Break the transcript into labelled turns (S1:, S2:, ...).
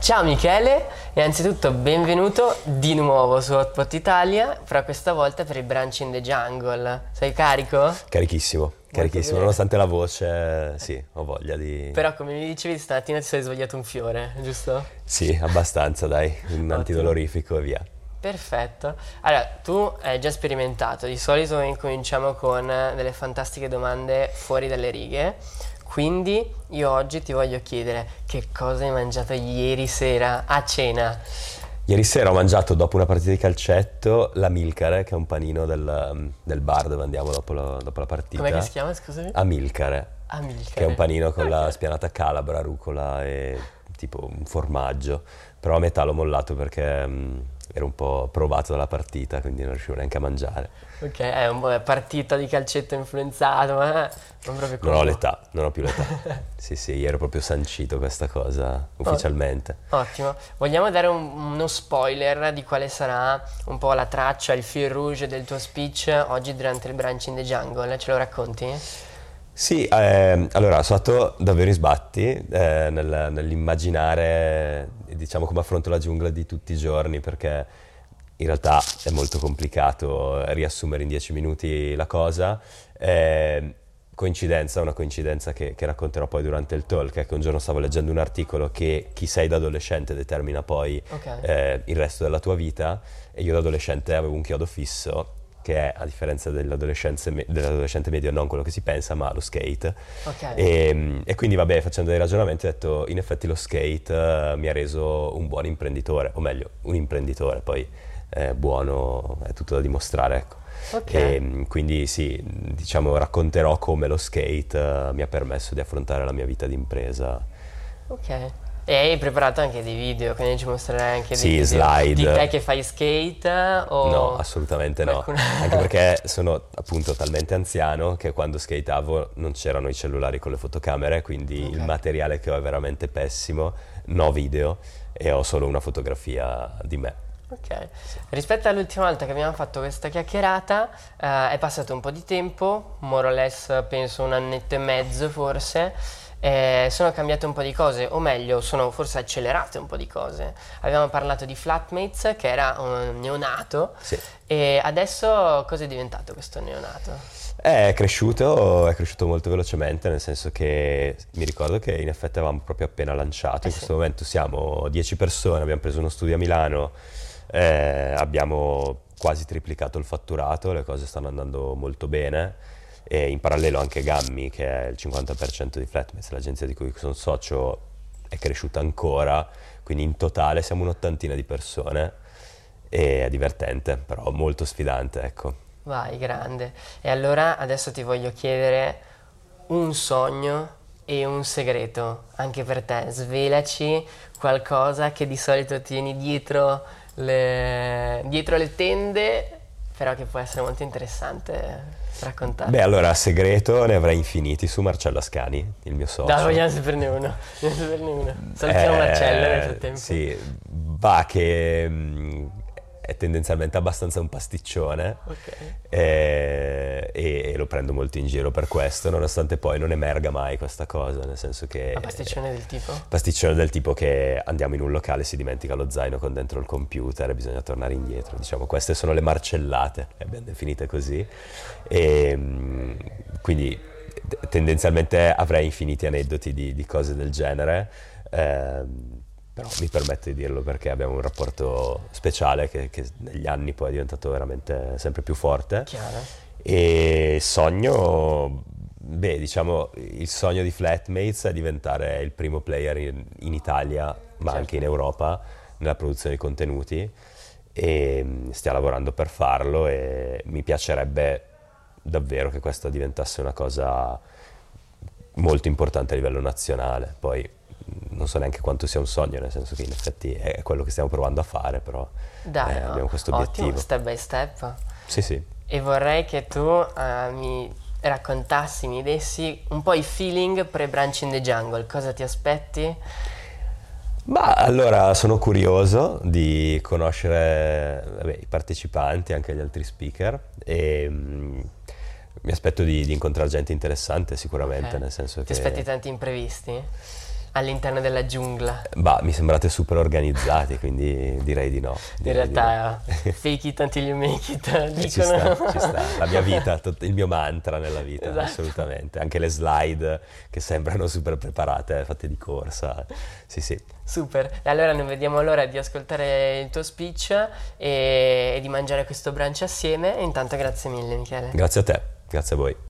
S1: Ciao Michele, innanzitutto benvenuto di nuovo su Hotpot Italia, però questa volta per il Brunch in the Jungle. Sei carico?
S2: Carichissimo, carichissimo,
S1: bene.
S2: nonostante la voce, sì, ho voglia di...
S1: Però come mi dicevi stamattina ti sei svegliato un fiore, giusto?
S2: Sì, abbastanza, dai, un
S1: Ottimo.
S2: antidolorifico e via.
S1: Perfetto. Allora, tu hai già sperimentato, di solito incominciamo con delle fantastiche domande fuori dalle righe, quindi io oggi ti voglio chiedere che cosa hai mangiato ieri sera a cena?
S2: Ieri sera ho mangiato, dopo una partita di calcetto, la Milcare, che è un panino del bar dove andiamo dopo la
S1: Com'è che si
S2: partita.
S1: chiama, scusami?
S2: A Milcare, che è un
S1: Amilcare.
S2: panino con la
S1: Ok.
S2: spianata calabra, rucola e tipo un formaggio. Però a metà l'ho mollato perché ero un po' provato dalla partita, quindi non riuscivo neanche a mangiare.
S1: Ok, è un po' partita di calcetto influenzato, ma non proprio
S2: Non ho
S1: come.
S2: l'età, non ho più l'età. Sì, sì, io ero proprio sancito questa cosa
S1: Oh,
S2: ufficialmente.
S1: ottimo. Vogliamo dare uno spoiler di quale sarà un po' la traccia, il fil rouge del tuo speech oggi durante il Brunch in the Jungle? Ce lo racconti?
S2: Sì, allora sono stato davvero in sbatti nell'immaginare, diciamo, come affronto la giungla di tutti i giorni, perché in realtà è molto complicato riassumere in 10 minuti la cosa. Una coincidenza che racconterò poi durante il talk, è che un giorno stavo leggendo un articolo che chi sei da adolescente determina poi
S1: Ok,
S2: il resto della tua vita, e io da adolescente avevo un chiodo fisso che è, a differenza dell'adolescente medio, non quello che si pensa, ma lo skate.
S1: ok.
S2: E quindi, vabbè, facendo dei ragionamenti, ho detto, in effetti lo skate mi ha reso un buon imprenditore, o meglio, un imprenditore, poi buono è tutto da dimostrare, ecco.
S1: Ok,
S2: Quindi sì, diciamo, racconterò come lo skate mi ha permesso di affrontare la mia vita di impresa.
S1: ok. E hai preparato anche dei video, quindi ci mostrerai anche dei
S2: Sì,
S1: video di te
S2: slide.
S1: che fai skate
S2: No,
S1: o
S2: assolutamente no.
S1: qualcuno.
S2: Anche perché sono appunto talmente anziano che quando skateavo non c'erano i cellulari con le fotocamere, quindi
S1: Ok.
S2: il materiale che ho è veramente pessimo, no video, e ho solo una fotografia di me.
S1: Ok, rispetto all'ultima volta che abbiamo fatto questa chiacchierata, è passato un po' di tempo, more or less penso un annetto e mezzo forse, sono cambiate un po' di cose, o meglio, sono forse accelerate un po' di cose. Abbiamo parlato di Flatmates, che era un neonato,
S2: Sì.
S1: e adesso cosa è diventato questo neonato?
S2: È cresciuto molto velocemente, nel senso che mi ricordo che in effetti avevamo proprio appena lanciato.
S1: Eh
S2: In
S1: sì,
S2: questo momento siamo 10 persone, abbiamo preso uno studio a Milano, abbiamo quasi triplicato il fatturato, le cose stanno andando molto bene, e in parallelo anche Gammi, che è il 50% di Flatmates, l'agenzia di cui sono socio, è cresciuta ancora, quindi in totale siamo un'ottantina di persone, e è divertente, però molto sfidante, ecco.
S1: vai, grande. E allora adesso ti voglio chiedere un sogno e un segreto, anche per te. Svelaci qualcosa che di solito tieni dietro le tende, però che può essere molto interessante
S2: Beh,
S1: raccontare.
S2: allora, segreto ne avrei infiniti su Marcello Ascani, il mio
S1: Dai,
S2: socio.
S1: vogliamo saperne uno. Vogliamo saperne uno. Salutiamo Marcello nel frattempo.
S2: Sì, va che è tendenzialmente abbastanza un pasticcione,
S1: Ok.
S2: e lo prendo molto in giro per questo, nonostante poi non emerga mai questa cosa, nel senso che
S1: Ma pasticcione del tipo?
S2: pasticcione del tipo che andiamo in un locale e si dimentica lo zaino con dentro il computer e bisogna tornare indietro. Diciamo, queste sono le marcellate, le abbiamo definite così. Quindi tendenzialmente avrei infiniti aneddoti di cose del genere, però mi permetto di dirlo perché abbiamo un rapporto speciale che negli anni poi è diventato veramente sempre più forte.
S1: Chiaro.
S2: E sogno, beh, diciamo, il sogno di Flatmates è diventare il primo player in Italia, ma anche in
S1: Certo.
S2: Europa, nella produzione di contenuti, e stiamo lavorando per farlo, e mi piacerebbe davvero che questo diventasse una cosa molto importante a livello nazionale. Poi non so neanche quanto sia un sogno, nel senso che in effetti è quello che stiamo provando a fare, però
S1: Dai,
S2: abbiamo questo
S1: ottimo,
S2: obiettivo.
S1: step by step.
S2: Sì, sì.
S1: E vorrei che tu mi raccontassi, mi dessi un po' i feeling pre-Brunch in the Jungle. Cosa ti aspetti?
S2: Ma allora sono curioso di conoscere, vabbè, i partecipanti, anche gli altri speaker, e mi aspetto di incontrare gente interessante sicuramente,
S1: Ok.
S2: nel senso
S1: Ti aspetti
S2: che...
S1: tanti imprevisti? all'interno della giungla.
S2: Bah, mi sembrate super organizzati, quindi direi di no.
S1: In
S2: direi di no.
S1: realtà, fake it until you make it,
S2: Ci
S1: dicono.
S2: sta, ci sta. La mia vita, il mio mantra nella vita,
S1: Esatto.
S2: assolutamente. Anche le slide che sembrano super preparate, fatte di corsa. Sì, sì.
S1: Super, e allora non vediamo l'ora di ascoltare il tuo speech e di mangiare questo brunch assieme. E intanto grazie mille, Michele.
S2: Grazie a te, grazie a voi.